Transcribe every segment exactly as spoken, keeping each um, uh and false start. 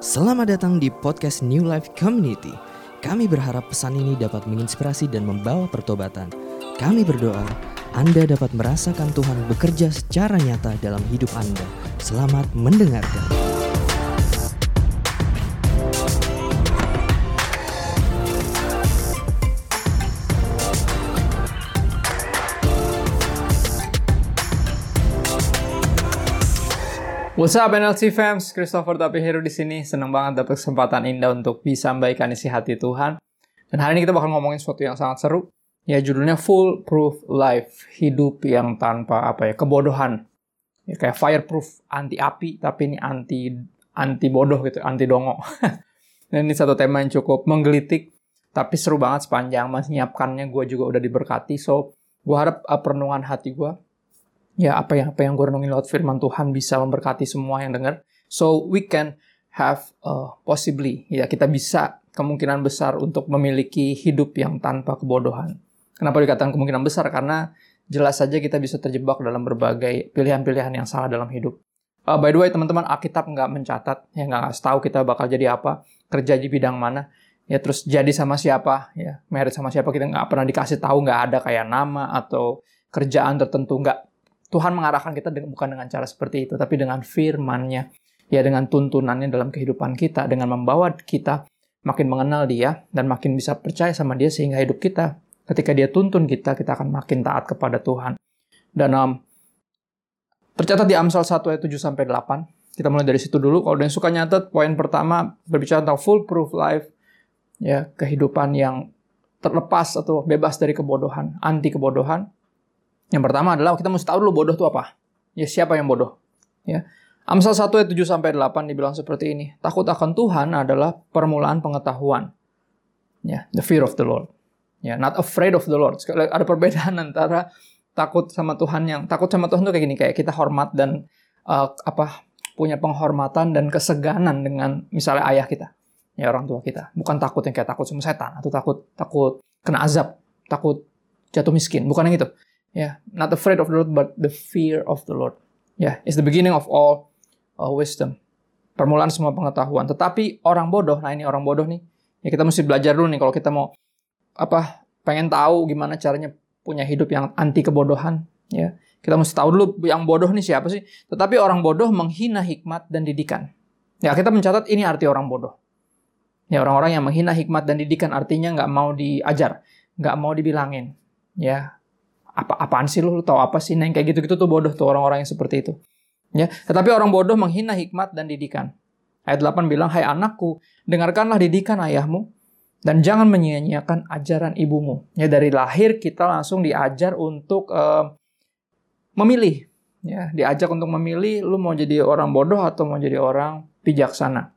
Selamat datang di podcast New Life Community. Kami berharap pesan ini dapat menginspirasi dan membawa pertobatan. Kami berdoa Anda dapat merasakan Tuhan bekerja secara nyata dalam hidup Anda. Selamat mendengarkan. What's up N L C fans, Christopher Tapihero di sini. Senang banget dapat kesempatan indah untuk bisa membagikan isi hati Tuhan. Dan hari ini kita bakal ngomongin sesuatu yang sangat seru. Ya, judulnya Full Proof Life, hidup yang tanpa apa ya kebodohan. Ya, kayak fireproof, anti api, tapi ini anti anti bodoh gitu, anti dongo. Dan ini satu tema yang cukup menggelitik, tapi seru banget sepanjang mas nyiapkannya. Gue juga udah diberkati, so gue harap uh, perenungan hati gue. Ya, apa yang apa yang gue renungin lewat firman Tuhan bisa memberkati semua yang dengar. So, we can have uh, possibly, ya kita bisa kemungkinan besar untuk memiliki hidup yang tanpa kebodohan. Kenapa dikatakan kemungkinan besar? Karena jelas saja kita bisa terjebak dalam berbagai pilihan-pilihan yang salah dalam hidup. Uh, by the way, teman-teman, Alkitab nggak mencatat, ya nggak ngasih tahu kita bakal jadi apa, kerja di bidang mana, ya terus jadi sama siapa, ya married sama siapa, kita nggak pernah dikasih tahu, nggak ada kayak nama atau kerjaan tertentu, nggak. Tuhan mengarahkan kita bukan dengan cara seperti itu, tapi dengan firman-Nya, ya dengan tuntunannya dalam kehidupan kita, dengan membawa kita makin mengenal Dia dan makin bisa percaya sama Dia sehingga hidup kita, ketika Dia tuntun kita, kita akan makin taat kepada Tuhan. Dan um, tercatat di Amsal satu ayat tujuh sampai delapan. Kita mulai dari situ dulu. Kalau ada yang suka nyatet, poin pertama berbicara tentang full proof life, ya kehidupan yang terlepas atau bebas dari kebodohan, anti kebodohan. Yang pertama adalah kita mesti tahu dulu bodoh itu apa. Ya, siapa yang bodoh? Ya. Amsal satu ayat tujuh sampai delapan dibilang seperti ini. Takut akan Tuhan adalah permulaan pengetahuan. Ya, the fear of the Lord. Ya, not afraid of the Lord. Ada perbedaan antara takut sama Tuhan yang takut sama Tuhan itu kayak gini, kayak kita hormat dan uh, apa punya penghormatan dan keseganan dengan misalnya ayah kita. Ya, orang tua kita. Bukan takut yang kayak takut sama setan atau takut takut kena azab, takut jatuh miskin, bukan yang itu. Ya, yeah, not afraid of the Lord, but the fear of the Lord. Ya, yeah, it's the beginning of all uh, wisdom. Permulaan semua pengetahuan. Tetapi orang bodoh, nah ini orang bodoh nih. Ya kita mesti belajar dulu nih kalau kita mau apa pengen tahu gimana caranya punya hidup yang anti kebodohan. Ya, kita mesti tahu dulu yang bodoh nih siapa sih. Tetapi orang bodoh menghina hikmat dan didikan. Ya, kita mencatat ini arti orang bodoh. Ya, orang-orang yang menghina hikmat dan didikan artinya nggak mau diajar, nggak mau dibilangin. Ya. Apa-apaan sih lu, lu tahu apa sih? Nah, yang kayak gitu-gitu tuh bodoh tuh orang-orang yang seperti itu. Ya, tetapi orang bodoh menghina hikmat dan didikan. Ayat delapan bilang, "Hai anakku, dengarkanlah didikan ayahmu dan jangan menyia-nyiakan ajaran ibumu." Ya, dari lahir kita langsung diajar untuk uh, memilih. Ya, diajak untuk memilih lu mau jadi orang bodoh atau mau jadi orang bijaksana.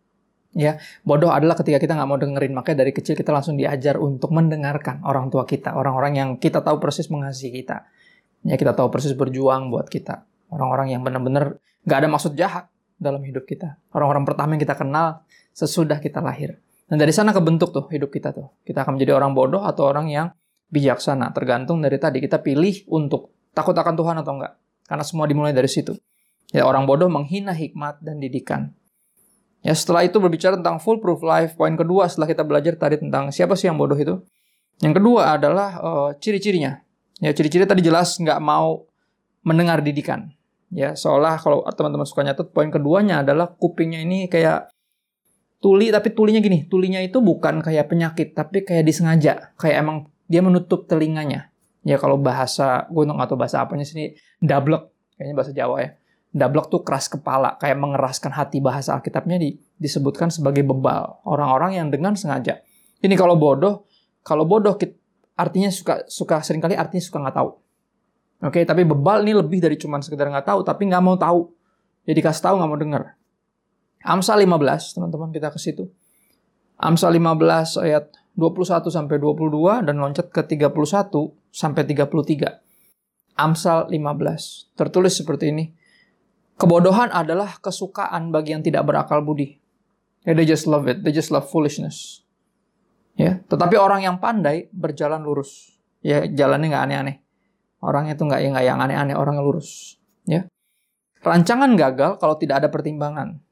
Ya, bodoh adalah ketika kita nggak mau dengerin. Makanya dari kecil kita langsung diajar untuk mendengarkan orang tua kita. Orang-orang yang kita tahu persis mengasihi kita. Ya, kita tahu persis berjuang buat kita. Orang-orang yang benar-benar nggak ada maksud jahat dalam hidup kita. Orang-orang pertama yang kita kenal sesudah kita lahir. Dan dari sana kebentuk tuh hidup kita tuh. Kita akan menjadi orang bodoh atau orang yang bijaksana. Tergantung dari tadi kita pilih untuk takut akan Tuhan atau enggak. Karena semua dimulai dari situ. Ya, orang bodoh menghina hikmat dan didikan. Ya, setelah itu berbicara tentang full proof life. Poin kedua setelah kita belajar tadi tentang siapa sih yang bodoh itu. Yang kedua adalah uh, ciri-cirinya. Ya, ciri-ciri tadi jelas nggak mau mendengar didikan. Ya, seolah kalau teman-teman suka nyatet, poin keduanya adalah kupingnya ini kayak tuli, tapi tulinya gini. Tulinya itu bukan kayak penyakit, tapi kayak disengaja. Kayak emang dia menutup telinganya. Ya, kalau bahasa, gue nggak tahu bahasa apanya sini, dablek. Kayaknya bahasa Jawa ya. Dablek tuh keras kepala, kayak mengeraskan hati. Bahasa Alkitabnya di, disebutkan sebagai bebal. Orang-orang yang dengan sengaja. Ini kalau bodoh, kalau bodoh artinya suka suka seringkali artinya suka nggak tahu. Oke, tapi bebal ini lebih dari cuma sekedar nggak tahu, tapi nggak mau tahu. Jadi kasih tahu nggak mau dengar. Amsal lima belas, teman-teman kita ke situ. Amsal lima belas ayat dua puluh satu sampai dua puluh dua dan loncat ke tiga puluh satu sampai tiga puluh tiga. Amsal lima belas tertulis seperti ini. Kebodohan adalah kesukaan bagi yang tidak berakal budi. Yeah, they just love it. They just love foolishness. Ya, tetapi orang yang pandai berjalan lurus. Ya, jalannya nggak aneh-aneh. Orangnya itu nggak yang nggak yang aneh-aneh, orangnya lurus. Ya, rancangan gagal kalau tidak ada pertimbangan.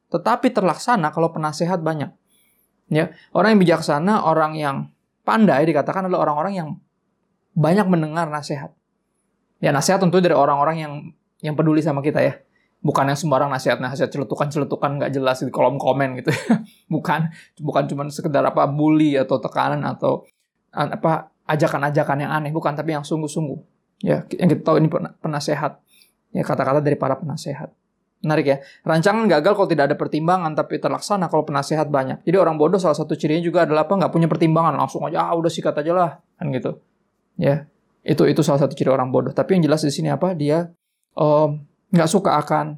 tetapi terlaksana kalau penasehat banyak. Ya, orang yang bijaksana, orang yang pandai dikatakan adalah orang-orang yang banyak mendengar nasihat. Ya, nasihat tentu dari orang-orang yang yang peduli sama kita ya. Bukan yang sembarang nasihat, nasihat celetukan-celetukan nggak jelas di kolom komen gitu. bukan, bukan cuma sekedar apa bully atau tekanan atau apa ajakan-ajakan yang aneh, bukan, tapi yang sungguh-sungguh. Ya, yang kita tahu ini penasehat. Ya, kata-kata dari para penasehat. Menarik ya. Rancangan gagal kalau tidak ada pertimbangan, tapi terlaksana kalau penasehat banyak. Jadi orang bodoh salah satu cirinya juga adalah apa? Nggak punya pertimbangan, langsung aja, ah udah sikat aja lah, kan gitu. Ya, itu itu salah satu ciri orang bodoh. Tapi yang jelas di sini apa? Dia um, nggak suka akan,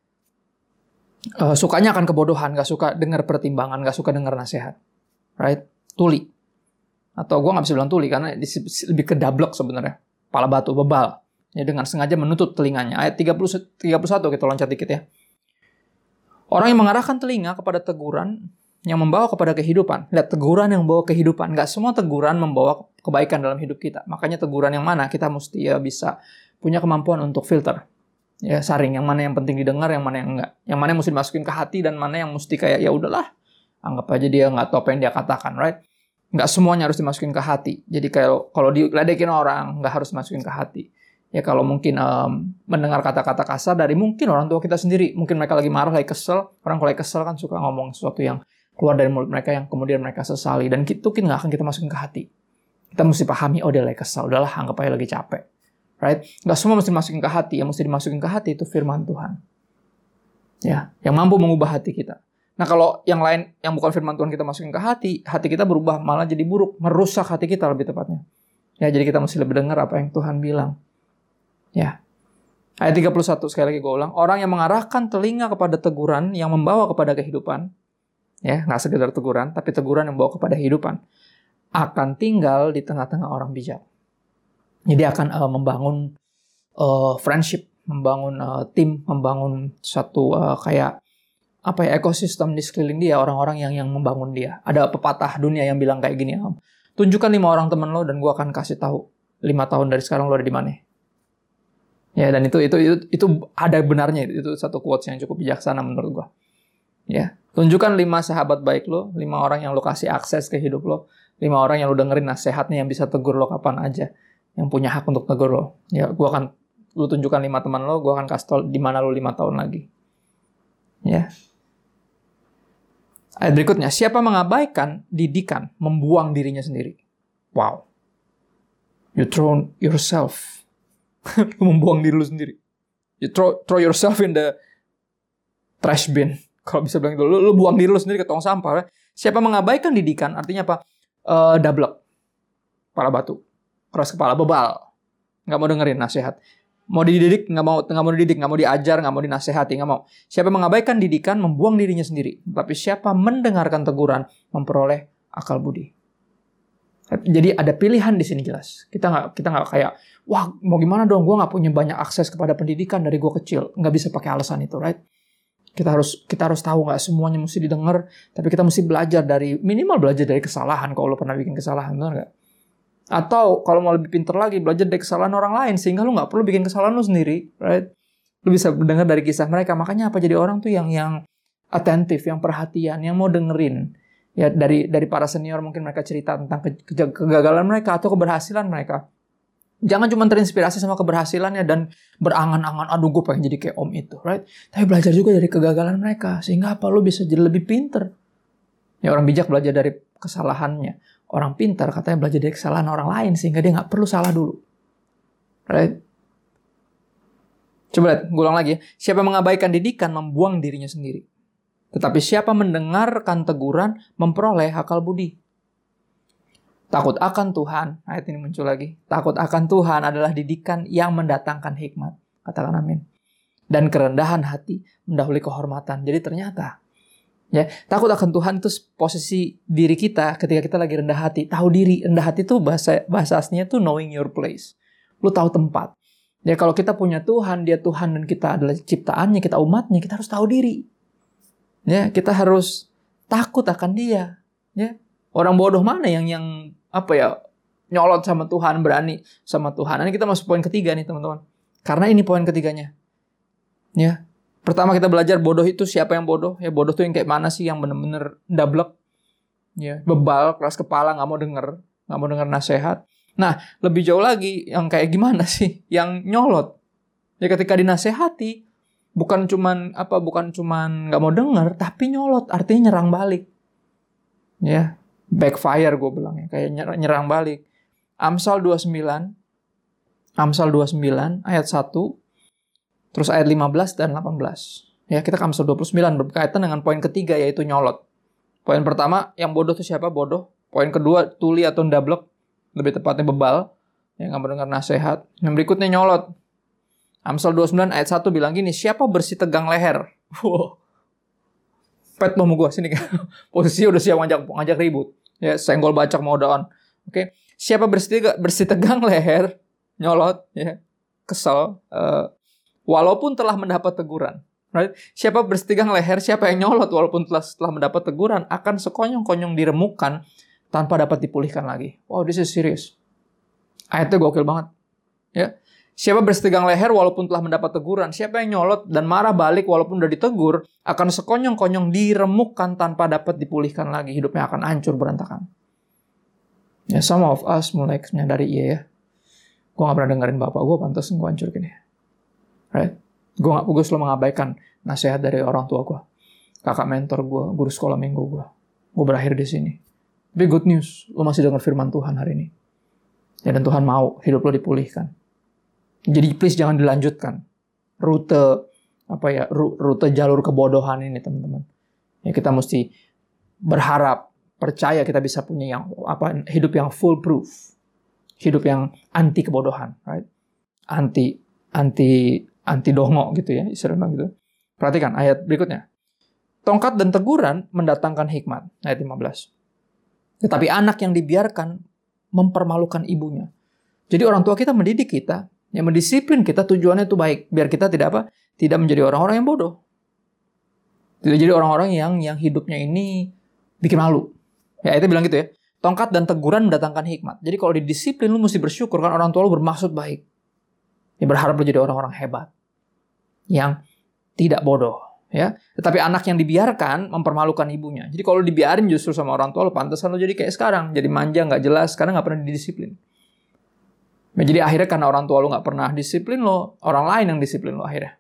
uh, sukanya akan kebodohan, nggak suka dengar pertimbangan, nggak suka dengar nasihat, right? Tuli. Atau gue nggak bisa bilang tuli karena lebih ke dablek sebenarnya, kepala batu, bebal. Ya, dengan sengaja menutup telinganya. Ayat tiga puluh, tiga puluh satu, kita loncat dikit ya. Orang yang mengarahkan telinga kepada teguran yang membawa kepada kehidupan. Lihat, teguran yang membawa kehidupan. Nggak semua teguran membawa kebaikan dalam hidup kita. Makanya teguran yang mana kita mesti ya bisa punya kemampuan untuk filter. Ya, saring yang mana yang penting didengar, yang mana yang enggak. Yang mana yang mesti dimasukin ke hati dan mana yang mesti kayak ya udahlah. Anggap aja dia nggak tahu apa yang dia katakan, right? Nggak semuanya harus dimasukin ke hati. Jadi kalau kalau diledekin orang, nggak harus dimasukin ke hati. Ya kalau mungkin um, mendengar kata-kata kasar dari mungkin orang tua kita sendiri. Mungkin mereka lagi marah, lagi kesel. Orang kalau lagi kesel kan suka ngomong sesuatu yang keluar dari mulut mereka yang kemudian mereka sesali. Dan itu kan nggak akan kita masukin ke hati. Kita mesti pahami, oh dia lagi kesel. Udahlah, anggap aja lagi capek. Right? Nggak semua mesti dimasukin ke hati. Yang mesti dimasukin ke hati itu firman Tuhan. Ya, yang mampu mengubah hati kita. Nah kalau yang lain, yang bukan firman Tuhan kita masukin ke hati, hati kita berubah malah jadi buruk. Merusak hati kita lebih tepatnya. Ya, jadi kita mesti lebih dengar apa yang Tuhan bilang. Ya, ayat tiga puluh satu sekali lagi gue ulang. Orang yang mengarahkan telinga kepada teguran yang membawa kepada kehidupan, ya nggak sekedar teguran, tapi teguran yang membawa kepada kehidupan, akan tinggal di tengah-tengah orang bijak. Jadi akan uh, membangun uh, friendship, membangun uh, tim, membangun satu uh, kayak apa ya ekosistem di sekeliling dia, orang-orang yang yang membangun dia. Ada pepatah dunia yang bilang kayak gini, tunjukkan lima orang teman lo dan gue akan kasih tahu lima tahun dari sekarang lo ada di mana. Ya, dan itu itu itu itu ada benarnya, itu, itu satu quotes yang cukup bijaksana menurut gua. Ya, tunjukkan lima sahabat baik lo, lima orang yang lo kasih akses ke hidup lo, lima orang yang lo dengerin nasihatnya, yang bisa tegur lo kapan aja, yang punya hak untuk tegur lo. Ya, gua akan lo tunjukkan lima teman lo, gua akan kasih tau di mana lo lima tahun lagi. Ya. Ayat berikutnya, siapa mengabaikan didikan, membuang dirinya sendiri. Wow. You throw yourself. Lu membuang diri lu sendiri. You throw, throw yourself in the trash bin. Kalau bisa bilang itu. Lu, lu buang diri lu sendiri ke tong sampah. Ya. Siapa mengabaikan didikan, artinya apa? Uh, dablek. Kepala batu. Keras kepala, bebal. Nggak mau dengerin nasihat. Mau dididik, nggak mau, nggak mau dididik, nggak mau diajar, nggak mau dinasehati, nggak mau. Siapa mengabaikan didikan, membuang dirinya sendiri. Tapi siapa mendengarkan teguran, memperoleh akal budi. Jadi ada pilihan di sini jelas. Kita nggak kita nggak kayak, wah mau gimana dong, gue nggak punya banyak akses kepada pendidikan dari gue kecil. Nggak bisa pakai alasan itu, right? Kita harus kita harus tahu nggak semuanya mesti didengar, tapi kita mesti belajar dari, minimal belajar dari kesalahan kalau lo pernah bikin kesalahan, benar nggak? Atau kalau mau lebih pintar lagi, belajar dari kesalahan orang lain, sehingga lo nggak perlu bikin kesalahan lo sendiri, right? Lo bisa mendengar dari kisah mereka. Makanya apa, jadi orang tuh yang yang atentif, yang perhatian, yang mau dengerin. Ya dari dari para senior mungkin mereka cerita tentang ke, ke, kegagalan mereka atau keberhasilan mereka. Jangan cuma terinspirasi sama keberhasilannya dan berangan-angan, aduh gue pengen jadi kayak om itu, right? Tapi belajar juga dari kegagalan mereka, sehingga apa, lo bisa jadi lebih pinter. Ya orang bijak belajar dari kesalahannya. Orang pintar katanya belajar dari kesalahan orang lain, sehingga dia nggak perlu salah dulu. Right? Coba lihat, gue ulang lagi. Siapa mengabaikan didikan, membuang dirinya sendiri. Tetapi siapa mendengarkan teguran, memperoleh akal budi. Takut akan Tuhan, ayat ini muncul lagi. Takut akan Tuhan adalah didikan yang mendatangkan hikmat. Katakan amin. Dan kerendahan hati mendahului kehormatan. Jadi ternyata, ya takut akan Tuhan itu posisi diri kita ketika kita lagi rendah hati. Tahu diri, rendah hati itu bahasa bahasa aslinya itu knowing your place. Lu tahu tempat. Ya kalau kita punya Tuhan, dia Tuhan dan kita adalah ciptaannya, kita umatnya, kita harus tahu diri. Ya, kita harus takut akan dia. Ya, orang bodoh mana yang yang apa ya nyolot sama Tuhan, berani sama Tuhan. Ini kita masuk poin ketiga nih teman-teman. Karena ini poin ketiganya. Ya, Pertama kita belajar bodoh itu siapa yang bodoh. Ya bodoh tuh yang kayak mana sih, yang bener-bener dablek. Ya, bebal, keras kepala, gak mau denger. Gak mau denger nasihat. Nah, lebih jauh lagi, yang kayak gimana sih? Yang nyolot. Ya ketika dinasehati, bukan cuman apa, bukan cuman gak mau denger, tapi nyolot, artinya nyerang balik. Ya, backfire gue bilang ya, kayak nyerang balik. Amsal dua puluh sembilan, Amsal dua puluh sembilan ayat satu, terus ayat lima belas dan delapan belas. Ya, kita ke Amsal dua puluh sembilan berkaitan dengan poin ketiga, yaitu nyolot. Poin pertama, yang bodoh itu siapa? Bodoh. Poin kedua, tuli atau ndablek, lebih tepatnya bebal, yang nggak mendengar nasihat. Yang berikutnya nyolot. Amsal dua puluh sembilan ayat satu bilang gini, siapa bersih tegang leher? Wow. Pet mau gue sini kan. Posisi udah siap ngajak ngajak ribut. Ya, senggol bacak mau down. Oke. Okay. Siapa bersih bersih tegang leher? Nyolot, ya. Kesel, uh, walaupun telah mendapat teguran. Right? Siapa bersih tegang leher, siapa yang nyolot walaupun telah setelah mendapat teguran akan sekonyong-konyong diremukkan tanpa dapat dipulihkan lagi. Wow, this is serious. Ayatnya gokil banget. Ya. Siapa bersih tegang leher walaupun telah mendapat teguran, siapa yang nyolot dan marah balik walaupun udah ditegur, akan sekonyong-konyong diremukkan tanpa dapat dipulihkan lagi. Hidupnya akan hancur berantakan. Ya, some of us mulai menyadari, iya ya, gue gak pernah dengerin bapak gue, pantas gue hancur gini. Right? Gue gak, gue selalu mengabaikan nasihat dari orang tua gue, kakak mentor gue, guru sekolah minggu gue. Gue berakhir di sini. Tapi good news, lo masih dengar firman Tuhan hari ini. Ya, dan Tuhan mau hidup lo dipulihkan. Jadi please jangan dilanjutkan rute apa ya, rute jalur kebodohan ini, teman-teman. Ya, kita mesti berharap, percaya kita bisa punya yang apa, hidup yang foolproof, hidup yang anti kebodohan, right? Anti anti anti dongo gitu ya, istilahnya gitu. Perhatikan ayat berikutnya. Tongkat dan teguran mendatangkan hikmat, ayat lima belas. Tetapi anak yang dibiarkan mempermalukan ibunya. Jadi orang tua kita mendidik kita, yang mendisiplin kita, tujuannya itu baik, biar kita tidak apa? Tidak menjadi orang-orang yang bodoh. Tidak jadi orang-orang yang yang hidupnya ini bikin malu. Ya, itu bilang gitu ya. Tongkat dan teguran mendatangkan hikmat. Jadi kalau didisiplin, lu mesti bersyukur kan orang tua lu bermaksud baik. Ya, berharap lu jadi orang-orang hebat yang tidak bodoh, ya. Tetapi anak yang dibiarkan mempermalukan ibunya. Jadi kalau dibiarin justru sama orang tua lu, pantesan lu jadi kayak sekarang, jadi manja, nggak jelas, karena nggak pernah didisiplin. Nah, jadi akhirnya karena orang tua lu nggak pernah disiplin lo, orang lain yang disiplin lo akhirnya.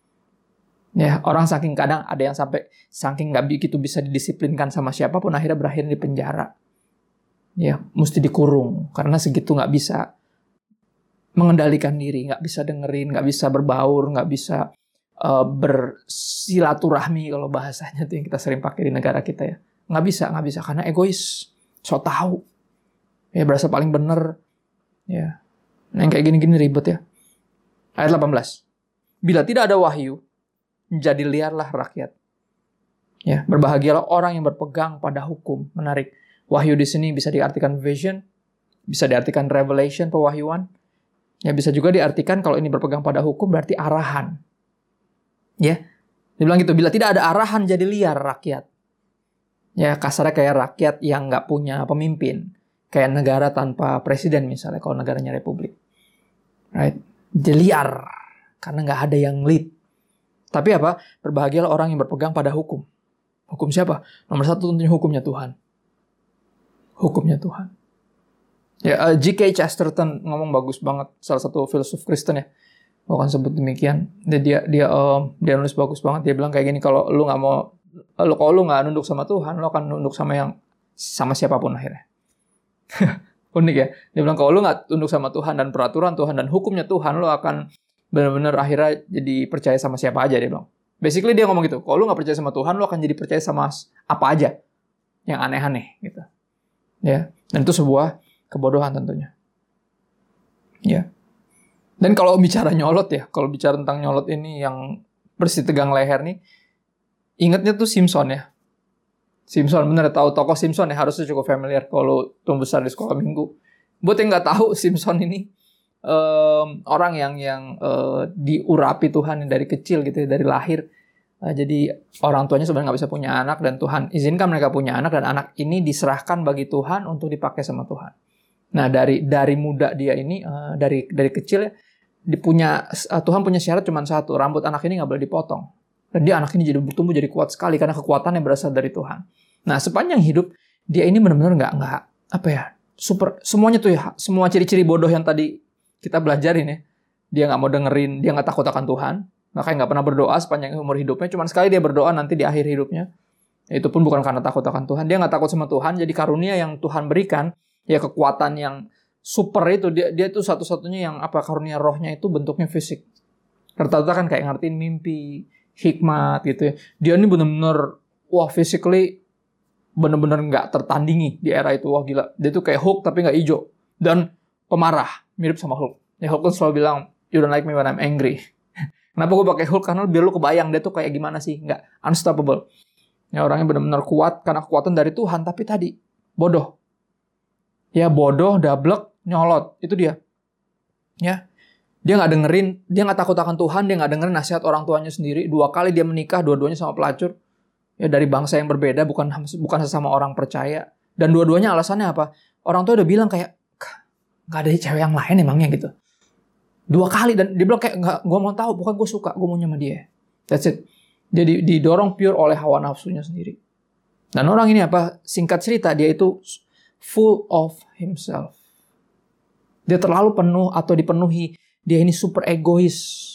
Ya, orang saking kadang ada yang sampai saking nggak begitu bisa didisiplinkan sama siapapun, akhirnya berakhir di penjara. Ya, mesti dikurung karena segitu nggak bisa mengendalikan diri, nggak bisa dengerin, nggak bisa berbaur, nggak bisa uh, bersilaturahmi kalau bahasanya itu yang kita sering pakai di negara kita ya. Nggak bisa, nggak bisa karena egois, so tahu, ya berasa paling bener, ya. Nah, yang kayak gini-gini ribet ya. Ayat delapan belas. Bila tidak ada wahyu, jadi liarlah rakyat. Ya, berbahagialah orang yang berpegang pada hukum. Menarik. Wahyu di sini bisa diartikan vision, bisa diartikan revelation, pewahyuan. Ya, bisa juga diartikan kalau ini berpegang pada hukum berarti arahan. Ya. Dia bilang gitu, bila tidak ada arahan jadi liar rakyat. Ya, kasarnya kayak rakyat yang nggak punya pemimpin. Kayak negara tanpa presiden misalnya, kalau negaranya republik. Right? Jadi liar. Karena nggak ada yang lead. Tapi apa? Berbahagialah orang yang berpegang pada hukum. Hukum siapa? Nomor satu tentunya hukumnya Tuhan. Hukumnya Tuhan. Ya, uh, G K Chesterton ngomong bagus banget. Salah satu filsuf Kristen ya. Gue akan sebut demikian. Dia dia dia, uh, dia nulis bagus banget. Dia bilang kayak gini, kalau lu nggak mau, lu kalau lu nggak nunduk sama Tuhan, lu akan nunduk sama yang sama siapapun akhirnya. Unik ya. Dia bilang kalau lu nggak tunduk sama Tuhan dan peraturan Tuhan dan hukumnya Tuhan, lu akan benar-benar akhirnya jadi percaya sama siapa aja, dia bilang. Basically dia ngomong gitu. Kalau lu nggak percaya sama Tuhan, lu akan jadi percaya sama apa aja yang aneh-aneh gitu. Ya. Dan itu sebuah kebodohan tentunya. Ya. Dan kalau bicara nyolot ya, kalau bicara tentang nyolot ini yang bersih tegang leher nih, ingatnya tuh Simpson ya. Simpson, bener tahu tokoh Simpson ya, harusnya cukup familiar kalau tumbuh besar di sekolah minggu. Buat yang nggak tahu, Simpson ini um, orang yang yang uh, diurapi Tuhan dari kecil gitu ya, dari lahir. Uh, jadi orang tuanya sebenarnya nggak bisa punya anak dan Tuhan izinkan mereka punya anak dan anak ini diserahkan bagi Tuhan untuk dipakai sama Tuhan. Nah dari dari muda dia ini uh, dari dari kecil ya, dipunya uh, Tuhan punya syarat cuma satu, rambut anak ini nggak boleh dipotong. Dan dia anak ini jadi bertumbuh jadi kuat sekali karena kekuatannya berasal dari Tuhan. Nah, sepanjang hidup dia ini benar-benar nggak nggak apa ya super semuanya tuh ya semua ciri-ciri bodoh yang tadi kita belajarin ya. Dia nggak mau dengerin, dia nggak takut akan Tuhan, makanya nggak pernah berdoa sepanjang umur hidupnya. Cuman sekali dia berdoa nanti di akhir hidupnya. Itu pun bukan karena takut akan Tuhan. Dia nggak takut sama Tuhan. Jadi karunia yang Tuhan berikan, ya kekuatan yang super itu dia dia itu satu-satunya yang apa karunia rohnya itu bentuknya fisik. Rata-rata kan kayak ngertiin mimpi, hikmat gitu ya. Dia ini benar-benar wah physically benar-benar nggak tertandingi di era itu. Wah gila. Dia tuh kayak Hulk tapi nggak hijau dan pemarah, mirip sama Hulk. Ya Hulk kan selalu bilang, you don't like me when I'm angry. Kenapa gue pakai Hulk? Karena biar lu kebayang dia tuh kayak gimana sih, nggak unstoppable. Ya orangnya benar-benar kuat karena kekuatan dari Tuhan, tapi tadi bodoh. Ya bodoh, dablek, nyolot, itu dia. Ya, dia nggak dengerin, dia nggak takut akan Tuhan, dia nggak dengerin nasihat orang tuanya sendiri. Dua kali dia menikah, dua-duanya sama pelacur. Ya dari bangsa yang berbeda, bukan bukan sesama orang percaya. Dan dua-duanya alasannya apa? Orang tua udah bilang kayak nggak ada cewek yang lain emangnya gitu. Dua kali dan dia bilang kayak nggak, gue mau tahu, bukan gue suka, gue mau sama dia. That's it. Jadi didorong pure oleh hawa nafsunya sendiri. Dan orang ini apa? Singkat cerita, dia itu full of himself. Dia terlalu penuh atau dipenuhi. Dia ini super egois.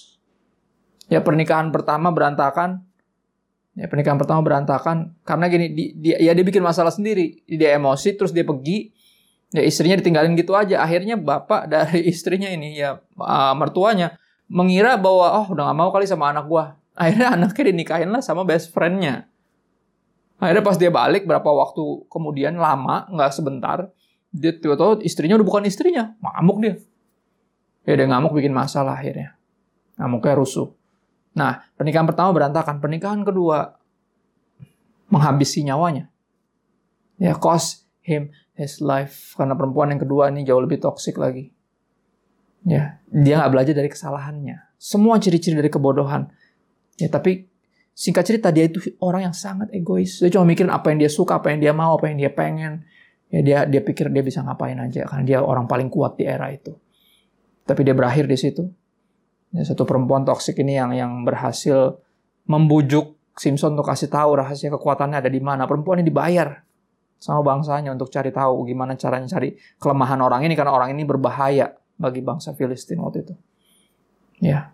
Ya pernikahan pertama berantakan. Ya pernikahan pertama berantakan. Karena gini, dia, ya dia bikin masalah sendiri. Dia emosi, terus dia pergi. Ya istrinya ditinggalin gitu aja. Akhirnya bapak dari istrinya ini, ya uh, mertuanya, mengira bahwa, oh udah gak mau kali sama anak gua. Akhirnya anaknya dinikahin lah sama best friend-nya. Akhirnya pas dia balik, berapa waktu kemudian, lama, nggak sebentar, dia tiba-tiba istrinya udah bukan istrinya. Ngamuk dia. Ya dia ngamuk bikin masalah akhirnya. Ngamuknya rusuh. Nah, pernikahan pertama berantakan. Pernikahan kedua, menghabisi nyawanya. Ya, cost him his life. Karena perempuan yang kedua ini jauh lebih toksik lagi. Ya, dia nggak belajar dari kesalahannya. Semua ciri-ciri dari kebodohan. Ya, tapi singkat cerita dia itu orang yang sangat egois. Dia cuma mikirin apa yang dia suka, apa yang dia mau, apa yang dia pengen. Ya dia dia pikir dia bisa ngapain aja karena dia orang paling kuat di era itu. Tapi dia berakhir di situ. Ya, satu perempuan toksik ini yang yang berhasil membujuk Simpson untuk kasih tahu rahasia kekuatannya ada di mana. Perempuan ini dibayar sama bangsanya untuk cari tahu gimana caranya cari kelemahan orang ini karena orang ini berbahaya bagi bangsa Filistin waktu itu. Ya.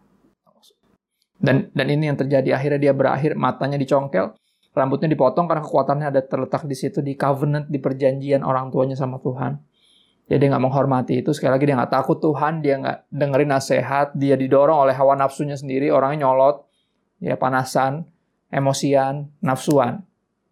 Dan dan ini yang terjadi. Akhirnya dia berakhir, matanya dicongkel, rambutnya dipotong karena kekuatannya ada terletak di situ, di covenant, di perjanjian orang tuanya sama Tuhan. Jadi dia nggak menghormati itu. Sekali lagi dia nggak takut Tuhan, dia nggak dengerin nasihat, dia didorong oleh hawa nafsunya sendiri, orangnya nyolot, ya panasan, emosian, nafsuan.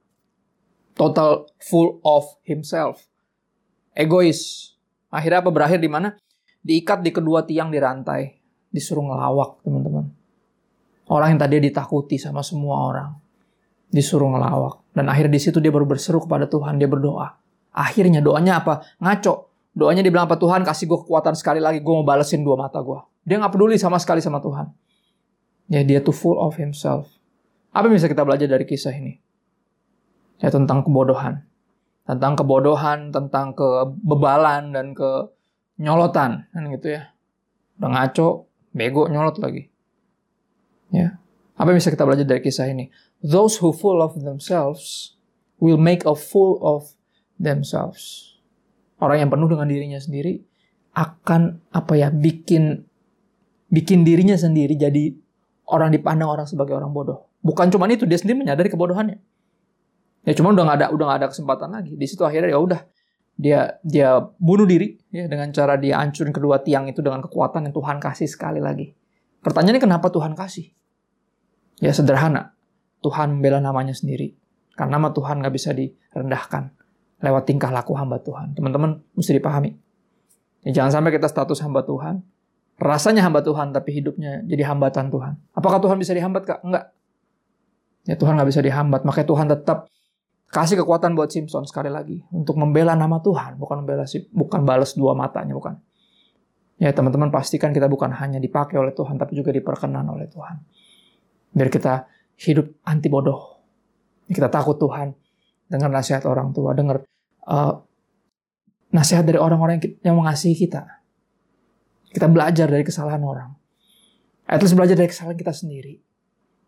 Total full of himself. Egois. Akhirnya apa berakhir di mana? Diikat di kedua tiang di rantai, disuruh ngelawak, teman-teman. Orang yang tadi ditakuti sama semua orang. Disuruh ngelawak. Dan akhirnya di situ dia baru berseru kepada Tuhan. Dia berdoa. Akhirnya doanya apa? Ngaco. Doanya dia bilang apa? Tuhan kasih gue kekuatan sekali lagi. Gue mau balesin dua mata gue. Dia gak peduli sama sekali sama Tuhan. Ya dia tuh full of himself. Apa yang bisa kita belajar dari kisah ini? Ya tentang kebodohan. Tentang kebodohan. Tentang kebebalan dan kenyolotan. Kan gitu ya. Udah ngaco. Bego nyolot lagi. Ya, apa yang bisa kita belajar dari kisah ini? Those who full of themselves will make a fool of themselves. Orang yang penuh dengan dirinya sendiri akan apa ya bikin bikin dirinya sendiri jadi orang dipandang orang sebagai orang bodoh. Bukan cuma itu, dia sendiri menyadari kebodohannya. Ya cuma udah nggak ada udah nggak ada kesempatan lagi. Di situ akhirnya ya udah dia dia bunuh diri ya dengan cara dia hancurin kedua tiang itu dengan kekuatan yang Tuhan kasih sekali lagi. Pertanyaannya kenapa Tuhan kasih? Ya sederhana. Tuhan membela namanya sendiri. Karena nama Tuhan gak bisa direndahkan lewat tingkah laku hamba Tuhan. Teman-teman mesti dipahami. Ya, jangan sampai kita status hamba Tuhan. Rasanya hamba Tuhan tapi hidupnya jadi hambatan Tuhan. Apakah Tuhan bisa dihambat Kak? Enggak. Ya Tuhan gak bisa dihambat. Makanya Tuhan tetap kasih kekuatan buat Simpson sekali lagi. Untuk membela nama Tuhan. Bukan membela bukan balas dua matanya. Bukan. Ya teman-teman pastikan kita bukan hanya dipakai oleh Tuhan, tapi juga diperkenan oleh Tuhan. Biar kita hidup anti bodoh. Kita takut Tuhan. Dengar nasihat orang tua. Dengar uh, nasihat dari orang-orang yang, yang mengasihi kita. Kita belajar dari kesalahan orang. At least belajar dari kesalahan kita sendiri.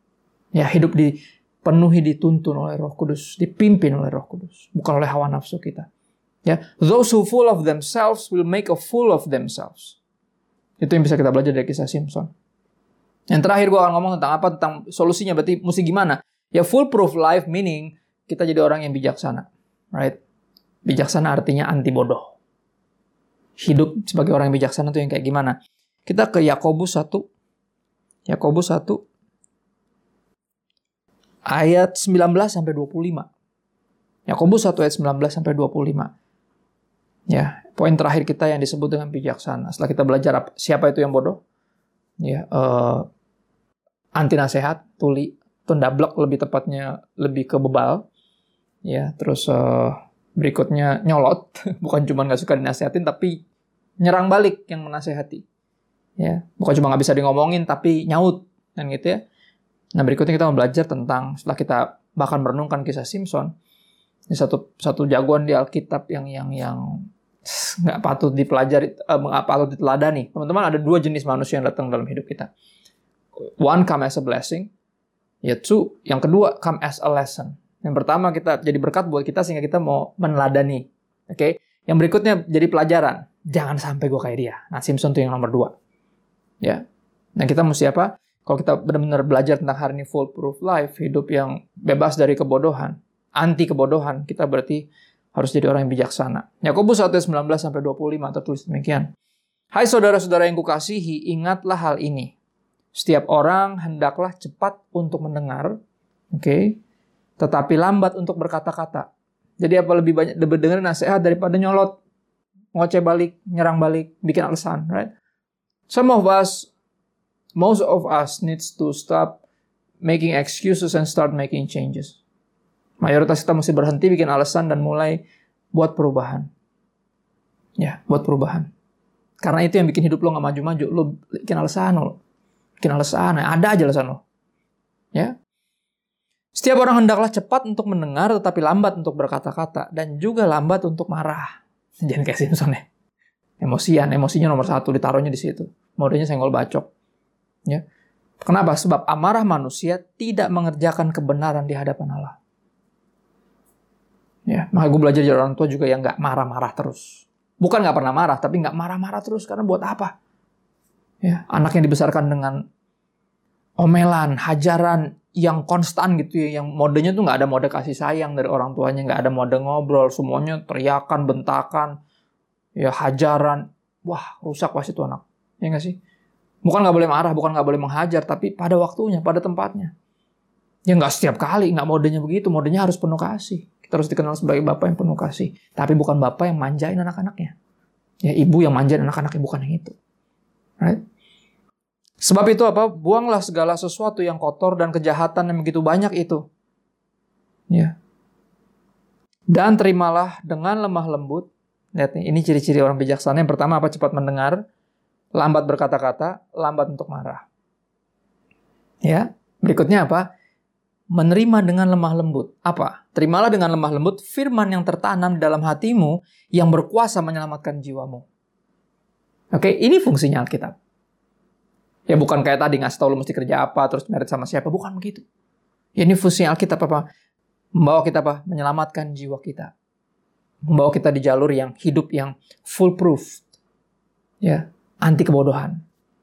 Ya, hidup dipenuhi, dituntun oleh Roh Kudus, dipimpin oleh Roh Kudus, bukan oleh hawa nafsu kita. Ya, those who full of themselves will make a fool of themselves. Itu yang bisa kita belajar dari kisah Simpson. Yang terakhir gue akan ngomong tentang apa, tentang solusinya, berarti mesti gimana? Ya, foolproof life meaning kita jadi orang yang bijaksana, right? Bijaksana artinya anti bodoh. Hidup sebagai orang yang bijaksana itu yang kayak gimana? Kita ke Yakobus satu. Yakobus satu ayat sembilan belas sampai dua puluh lima. Yakobus satu ayat sembilan belas sampai dua puluh lima. Ya, poin terakhir kita yang disebut dengan bijaksana. Setelah kita belajar apa, siapa itu yang bodoh? Ya, uh, anti nasihat, tuli, tundablek lebih tepatnya, lebih ke bebal. Ya, terus uh, berikutnya nyolot, bukan cuma nggak suka dinasihatin, tapi nyerang balik yang menasehati. Ya, bukan cuma nggak bisa di ngomongin, tapi nyaut, kan gitu ya. Nah, berikutnya kita mau belajar tentang, setelah kita bahkan merenungkan kisah Simpson, ini satu satu jagoan di Alkitab yang yang yang nggak patut dipelajari, nggak uh, patut diteladani. Teman-teman, ada dua jenis manusia yang datang dalam hidup kita. One come as a blessing, ya two, yang kedua come as a lesson. Yang pertama kita jadi berkat buat kita sehingga kita mau meneladani, oke? Okay? Yang berikutnya jadi pelajaran. Jangan sampai gue kayak dia. Nah, Simpson itu yang nomor dua. Ya, nah kita mesti apa? Kalau kita benar-benar belajar tentang hari ini foolproof life, hidup yang bebas dari kebodohan, anti kebodohan, kita berarti harus jadi orang yang bijaksana. Yakobus satu ayat sembilan belas sampai dua puluh lima tertulis demikian. Hai saudara-saudara yang kukasihi, ingatlah hal ini. Setiap orang hendaklah cepat untuk mendengar, oke, okay, tetapi lambat untuk berkata-kata. Jadi apa lebih banyak dengerin nasihat daripada nyolot, ngoceh balik, nyerang balik, bikin alasan, right? Some of us, most of us needs to stop making excuses and start making changes. Mayoritas kita mesti berhenti bikin alasan dan mulai buat perubahan. Ya, buat perubahan. Karena itu yang bikin hidup lo gak maju-maju. Lo bikin alasan lo. Bikin alasan, ada aja alasan lo. Ya. Setiap orang hendaklah cepat untuk mendengar tetapi lambat untuk berkata-kata. Dan juga lambat untuk marah. Jangan kayak Simpson ya. Emosian, emosinya nomor satu, ditaruhnya di situ. Modenya senggol bacok. Ya. Kenapa? Sebab amarah manusia tidak mengerjakan kebenaran di hadapan Allah. Ya, maka gue belajar dari orang tua juga yang nggak marah-marah terus. Bukan nggak pernah marah, tapi nggak marah-marah terus. Karena buat apa? Ya, anak yang dibesarkan dengan omelan, hajaran yang konstan gitu ya, yang modenya tuh nggak ada mode kasih sayang dari orang tuanya, nggak ada mode ngobrol, semuanya teriakan, bentakan, ya hajaran, wah rusak pasti tuh anak, ya nggak sih? Bukan nggak boleh marah, bukan nggak boleh menghajar, tapi pada waktunya, pada tempatnya. Ya nggak setiap kali, nggak modenya begitu, modenya harus penuh kasih. Kita harus dikenal sebagai bapak yang penuh kasih, tapi bukan bapak yang manjain anak-anaknya. Ya ibu yang manjain anak-anaknya, bukan yang itu. Right? Sebab itu apa? Buanglah segala sesuatu yang kotor dan kejahatan yang begitu banyak itu. Ya. Dan terimalah dengan lemah lembut. Lihat nih, ini ciri-ciri orang bijaksana. Yang pertama apa? Cepat mendengar, lambat berkata-kata, lambat untuk marah. Ya. Berikutnya apa? Menerima dengan lemah lembut. Apa? Terimalah dengan lemah lembut firman yang tertanam di dalam hatimu yang berkuasa menyelamatkan jiwamu. Oke, ini fungsinya Alkitab. Ya bukan kayak tadi ngasih tahu lu mesti kerja apa, terus merit sama siapa, bukan begitu. Ya ini fungsi Alkitab apa? Membawa kita apa? Menyelamatkan jiwa kita. Membawa kita di jalur yang hidup yang foolproof. Ya, anti kebodohan.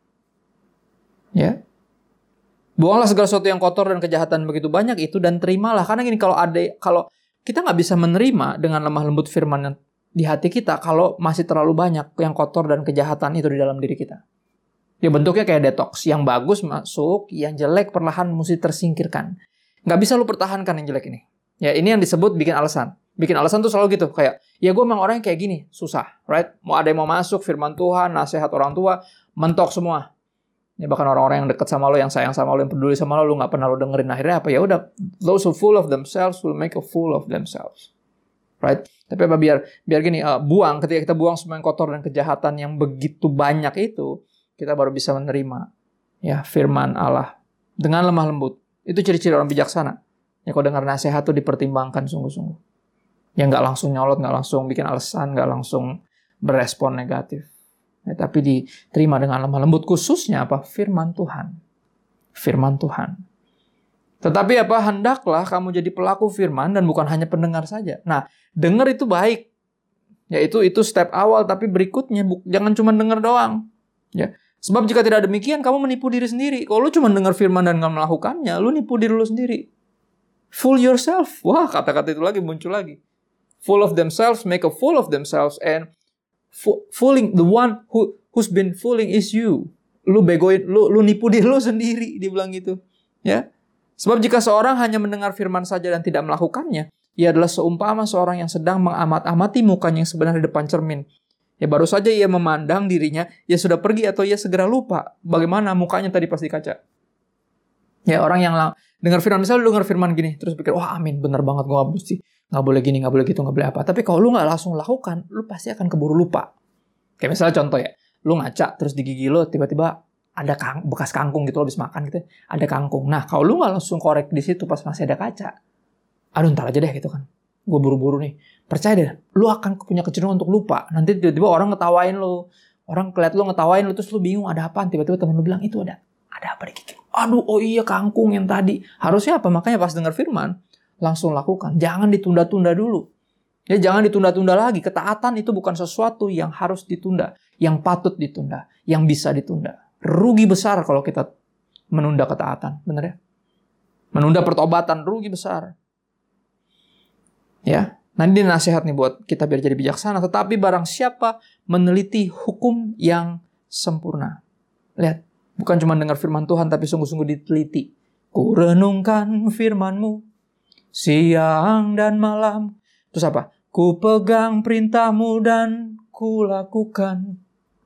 Ya. Buanglah segala sesuatu yang kotor dan kejahatan begitu banyak itu dan terimalah. Karena gini, kalau ada kalau kita nggak bisa menerima dengan lemah lembut firman yang di hati kita kalau masih terlalu banyak yang kotor dan kejahatan itu di dalam diri kita. Ya bentuknya kayak detox. Yang bagus masuk, yang jelek perlahan mesti tersingkirkan. Nggak bisa lu pertahankan yang jelek ini. Ya ini yang disebut bikin alasan. Bikin alasan tuh selalu gitu. Kayak, ya gue memang orang yang kayak gini. Susah, right? Mau ada yang mau masuk, firman Tuhan, nasihat orang tua, mentok semua. Ya bahkan orang-orang yang dekat sama lo, yang sayang sama lo, yang peduli sama lo, lo nggak pernah lo dengerin. Akhirnya apa? Ya udah, those who full of themselves will make a fool of themselves. Right? Tapi apa biar biar gini, uh, buang, ketika kita buang semua yang kotor dan kejahatan yang begitu banyak itu, kita baru bisa menerima ya firman Allah dengan lemah lembut. Itu ciri-ciri orang bijaksana. Ya kalau dengar nasihat tuh dipertimbangkan sungguh-sungguh. Ya nggak langsung nyolot, nggak langsung bikin alasan, nggak langsung berespon negatif. Ya, tapi diterima dengan lemah lembut, khususnya apa? Firman Tuhan. Firman Tuhan. Tetapi apa? Hendaklah kamu jadi pelaku firman dan bukan hanya pendengar saja. Nah, dengar itu baik. Ya, itu itu step awal, tapi berikutnya bu, jangan cuma dengar doang. Ya. Sebab jika tidak demikian, kamu menipu diri sendiri. Kalau lu cuma dengar firman dan nggak melakukannya, lu nipu diri lu sendiri. Fool yourself. Wah, kata-kata itu lagi muncul lagi. Full of themselves, make a fool of themselves, and fo- fooling the one who who's been fooling is you. Lu begoin, lu lu nipu diri lu sendiri, dibilang gitu. Ya. Sebab jika seorang hanya mendengar firman saja dan tidak melakukannya, ia adalah seumpama seorang yang sedang mengamat-amati mukanya yang sebenarnya di depan cermin. Ya baru saja ia memandang dirinya, ia sudah pergi atau ia segera lupa bagaimana mukanya tadi pas di kaca. Ya orang yang lang- dengar firman, misalnya lu dengar firman gini, terus pikir, wah amin, bener banget, gue gak mesti, gak boleh gini, gak boleh gitu, gak boleh apa. Tapi kalau lu gak langsung lakukan, lu pasti akan keburu lupa. Kayak misalnya contoh ya, lu ngaca, terus di gigi lu tiba-tiba ada kang- bekas kangkung gitu, lo habis makan gitu, ada kangkung. Nah, kalau lu nggak langsung korek di situ pas masih ada kaca, aduh ntar aja deh gitu kan, gue buru-buru nih. Percaya deh, lu akan punya kecenderungan untuk lupa. Nanti tiba-tiba orang ngetawain lu, orang keliat lu ngetawain lu, terus lu bingung ada apaan. Tiba-tiba temen lu bilang, itu ada, ada apa di gigi? Aduh, oh iya kangkung yang tadi. Harusnya apa? Makanya pas dengar firman, langsung lakukan. Jangan ditunda-tunda dulu. Ya, jangan ditunda-tunda lagi. Ketaatan itu bukan sesuatu yang harus ditunda, yang patut ditunda, yang bisa ditunda. Rugi besar kalau kita menunda ketaatan, benar ya? Menunda pertobatan, rugi besar. Ya, nanti nasihat nih buat kita biar jadi bijaksana. Tetapi barang siapa meneliti hukum yang sempurna. Lihat, bukan cuma dengar firman Tuhan, tapi sungguh-sungguh diteliti. Ku renungkan firman-Mu siang dan malam. Terus apa? Ku pegang perintah-Mu dan ku lakukan.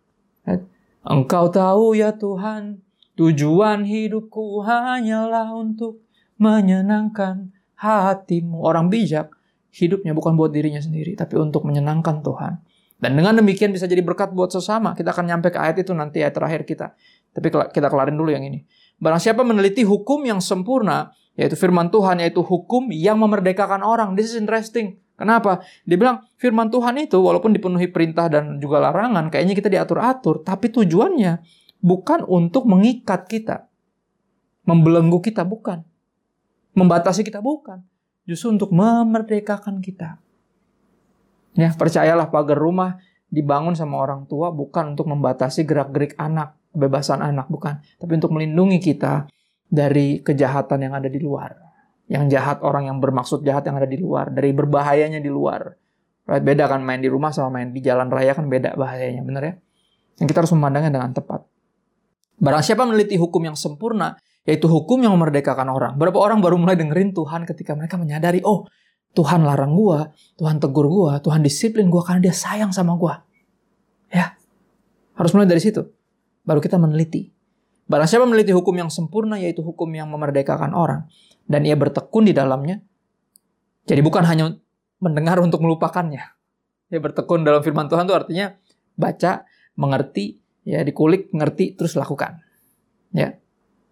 Engkau tahu ya Tuhan, tujuan hidupku hanyalah untuk menyenangkan hati-Mu. Orang bijak, hidupnya bukan buat dirinya sendiri, tapi untuk menyenangkan Tuhan. Dan dengan demikian bisa jadi berkat buat sesama. Kita akan nyampe ke ayat itu nanti, ayat terakhir kita. Tapi kita kelarin dulu yang ini. Barang siapa meneliti hukum yang sempurna, yaitu firman Tuhan, yaitu hukum yang memerdekakan orang. This is interesting. Kenapa? Dia bilang firman Tuhan itu walaupun dipenuhi perintah dan juga larangan, kayaknya kita diatur-atur, tapi tujuannya bukan untuk mengikat kita, membelenggu kita, bukan. Membatasi kita, bukan. Justru untuk memerdekakan kita. Ya, percayalah, pagar rumah dibangun sama orang tua bukan untuk membatasi gerak-gerik anak, kebebasan anak, bukan. Tapi untuk melindungi kita dari kejahatan yang ada di luar. Yang jahat, orang yang bermaksud jahat yang ada di luar. Dari berbahayanya di luar. Right? Beda kan main di rumah sama main di jalan raya kan beda bahayanya, benar ya? Yang kita harus memandangnya dengan tepat. Barang siapa meneliti hukum yang sempurna, yaitu hukum yang memerdekakan orang. Berapa orang baru mulai dengerin Tuhan ketika mereka menyadari, oh Tuhan larang gua, Tuhan tegur gua, Tuhan disiplin gua karena Dia sayang sama gua. Ya, harus mulai dari situ. Baru kita meneliti. Barang siapa meneliti hukum yang sempurna, yaitu hukum yang memerdekakan orang, dan ia bertekun di dalamnya. Jadi bukan hanya mendengar untuk melupakannya. Dia bertekun dalam firman Tuhan itu artinya baca, mengerti, ya dikulik, ngerti, terus lakukan. Ya.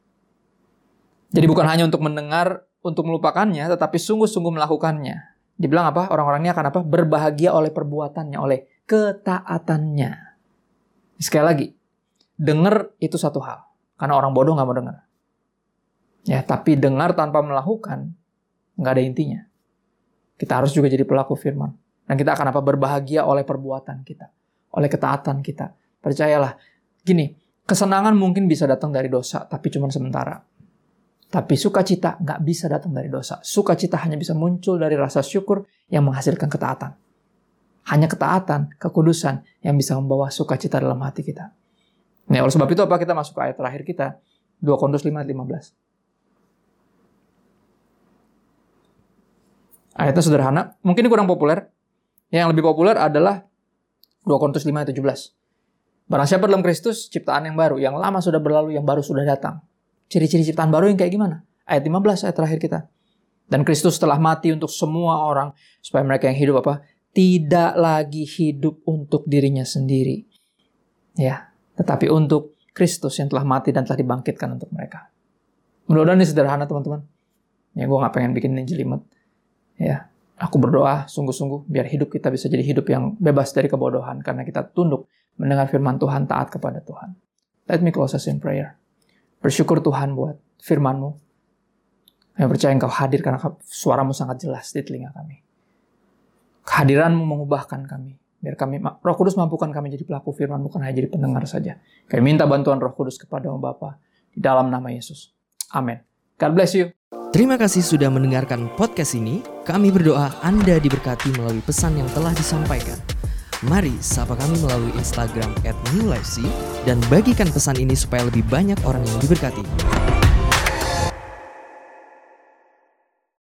Jadi bukan hanya untuk mendengar, untuk melupakannya, tetapi sungguh-sungguh melakukannya. Dibilang apa? Orang-orang ini akan apa? Berbahagia oleh perbuatannya, oleh ketaatannya. Sekali lagi, dengar itu satu hal. Karena orang bodoh nggak mau dengar. Ya, tapi dengar tanpa melakukan, nggak ada intinya. Kita harus juga jadi pelaku firman. Dan kita akan apa? Berbahagia oleh perbuatan kita. Oleh ketaatan kita. Percayalah, gini, kesenangan mungkin bisa datang dari dosa, tapi cuma sementara. Tapi sukacita nggak bisa datang dari dosa. Sukacita hanya bisa muncul dari rasa syukur yang menghasilkan ketaatan. Hanya ketaatan, kekudusan yang bisa membawa sukacita dalam hati kita. Nah, oleh sebab itu apa? Kita masuk ke ayat terakhir kita. dua Korintus lima ayat lima belas. Ayatnya sederhana. Mungkin ini kurang populer. Yang lebih populer adalah dua Korintus lima ayat tujuh belas. Barang siapa dalam Kristus, ciptaan yang baru. Yang lama sudah berlalu, yang baru sudah datang. Ciri-ciri ciptaan baru yang kayak gimana? Ayat lima belas, ayat terakhir kita. Dan Kristus telah mati untuk semua orang, supaya mereka yang hidup apa? Tidak lagi hidup untuk dirinya sendiri. Ya, tetapi untuk Kristus yang telah mati dan telah dibangkitkan untuk mereka. Mudah-mudahan ini sederhana, teman-teman. Ya, gue gak pengen bikin ini jelimet. Ya, aku berdoa sungguh-sungguh biar hidup kita bisa jadi hidup yang bebas dari kebodohan. Karena kita tunduk mendengar firman Tuhan, taat kepada Tuhan. Let me close us in prayer. Bersyukur Tuhan buat firman-Mu. Kami percaya Engkau hadir karena suaramu sangat jelas di telinga kami. Kehadiranmu mengubahkan kami. Biar kami, Roh Kudus mampukan kami jadi pelaku firman, bukan hanya jadi pendengar saja. Kami minta bantuan Roh Kudus kepada Bapa di dalam nama Yesus. Amin. God bless you. Terima kasih sudah mendengarkan podcast ini. Kami berdoa Anda diberkati melalui pesan yang telah disampaikan. Mari sapa kami melalui Instagram at new life c dan bagikan pesan ini supaya lebih banyak orang yang diberkati.